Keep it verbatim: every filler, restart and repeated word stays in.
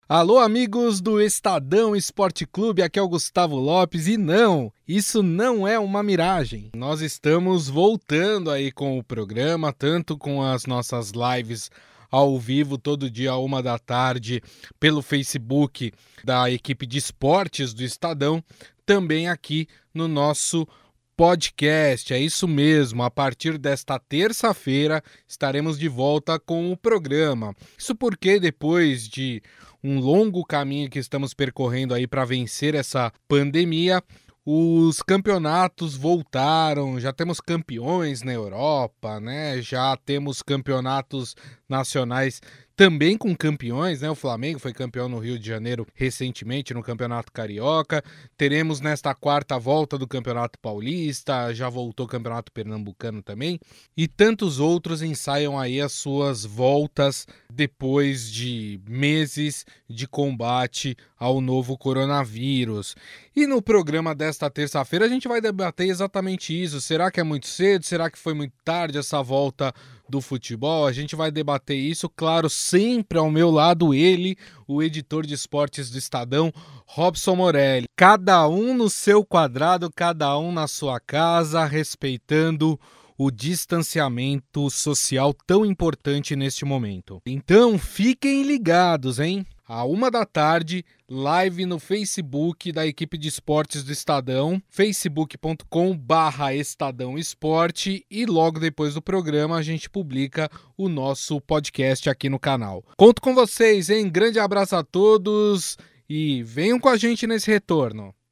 Alô, amigos do Estadão Esporte Clube, aqui é o Gustavo Lopes e não, isso não é uma miragem. Nós estamos voltando aí com o programa, tanto com as nossas lives ao vivo todo dia à uma da tarde pelo Facebook da equipe de esportes do Estadão, também aqui no nosso podcast. É isso mesmo, a partir desta terça-feira estaremos de volta com o programa. Isso porque depois de um longo caminho que estamos percorrendo aí para vencer essa pandemia, os campeonatos voltaram, já temos campeões na Europa, né? Já temos campeonatos nacionais também com campeões, né? O Flamengo foi campeão no Rio de Janeiro recentemente no Campeonato Carioca. Teremos nesta quarta volta do Campeonato Paulista, já voltou o Campeonato Pernambucano também. E tantos outros ensaiam aí as suas voltas depois de meses de combate ao novo coronavírus. E no programa desta terça-feira a gente vai debater exatamente isso. Será que é muito cedo? Será que foi muito tarde essa volta do futebol? A gente vai debater isso, claro, sempre ao meu lado ele, o editor de esportes do Estadão, Robson Morelli. Cada um no seu quadrado, cada um na sua casa, respeitando o distanciamento social tão importante neste momento. Então fiquem ligados, hein? À uma da tarde, live no Facebook da equipe de esportes do Estadão, facebook ponto com barra Estadão Esporte, e logo depois do programa a gente publica o nosso podcast aqui no canal. Conto com vocês, hein? Grande abraço a todos e venham com a gente nesse retorno.